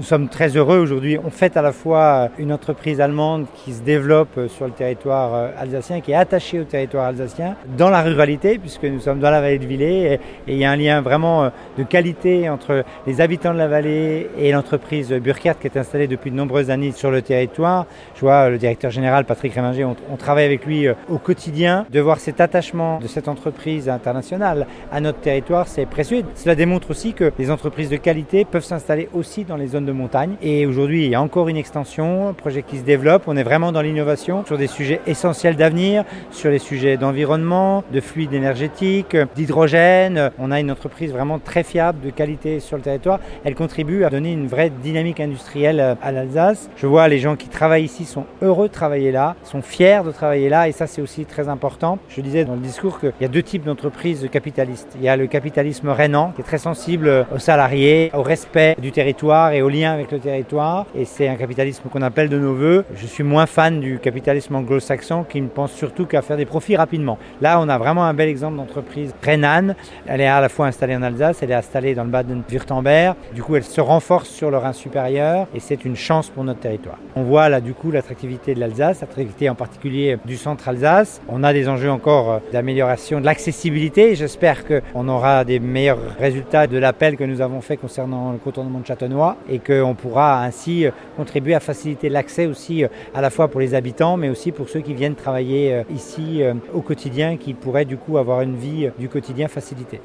Nous sommes très heureux aujourd'hui. On fête à la fois une entreprise allemande qui se développe sur le territoire alsacien, qui est attachée au territoire alsacien, dans la ruralité, puisque nous sommes dans la vallée de Villers, et il y a un lien vraiment de qualité entre les habitants de la vallée et l'entreprise Burkert qui est installée depuis de nombreuses années sur le territoire. Je vois le directeur général Patrick Réminger, on travaille avec lui au quotidien. De voir cet attachement de cette entreprise internationale à notre territoire, c'est précieux. Cela démontre aussi que les entreprises de qualité peuvent s'installer aussi dans les zones de montagne. Et aujourd'hui, il y a encore une extension, un projet qui se développe. On est vraiment dans l'innovation sur des sujets essentiels d'avenir, sur les sujets d'environnement, de fluides énergétiques, d'hydrogène. On a une entreprise vraiment très fiable, de qualité sur le territoire. Elle contribue à donner une vraie dynamique industrielle à l'Alsace. Je vois les gens qui travaillent ici sont heureux de travailler là, sont fiers de travailler là, et ça c'est aussi très important. Je disais dans le discours qu'il y a deux types d'entreprises capitalistes. Il y a le capitalisme rhénan qui est très sensible aux salariés, au respect du territoire et au lien avec le territoire, et c'est un capitalisme qu'on appelle de nos voeux. Je suis moins fan du capitalisme anglo-saxon qui ne pense surtout qu'à faire des profits rapidement. Là on a vraiment un bel exemple d'entreprise rhénane. Elle est à la fois installée en Alsace, elle est installée dans le Baden-Württemberg. Du coup elle se renforce sur le Rhin supérieur et c'est une chance pour notre territoire. On voit là du coup l'attractivité de l'Alsace, l'attractivité en particulier du centre Alsace. On a des enjeux encore d'amélioration de l'accessibilité. J'espère qu'on aura des meilleurs résultats de l'appel que nous avons fait concernant le contournement de Châtenois et qu'on pourra ainsi contribuer à faciliter l'accès aussi à la fois pour les habitants mais aussi pour ceux qui viennent travailler ici au quotidien, qui pourraient du coup avoir une vie du quotidien facilitée.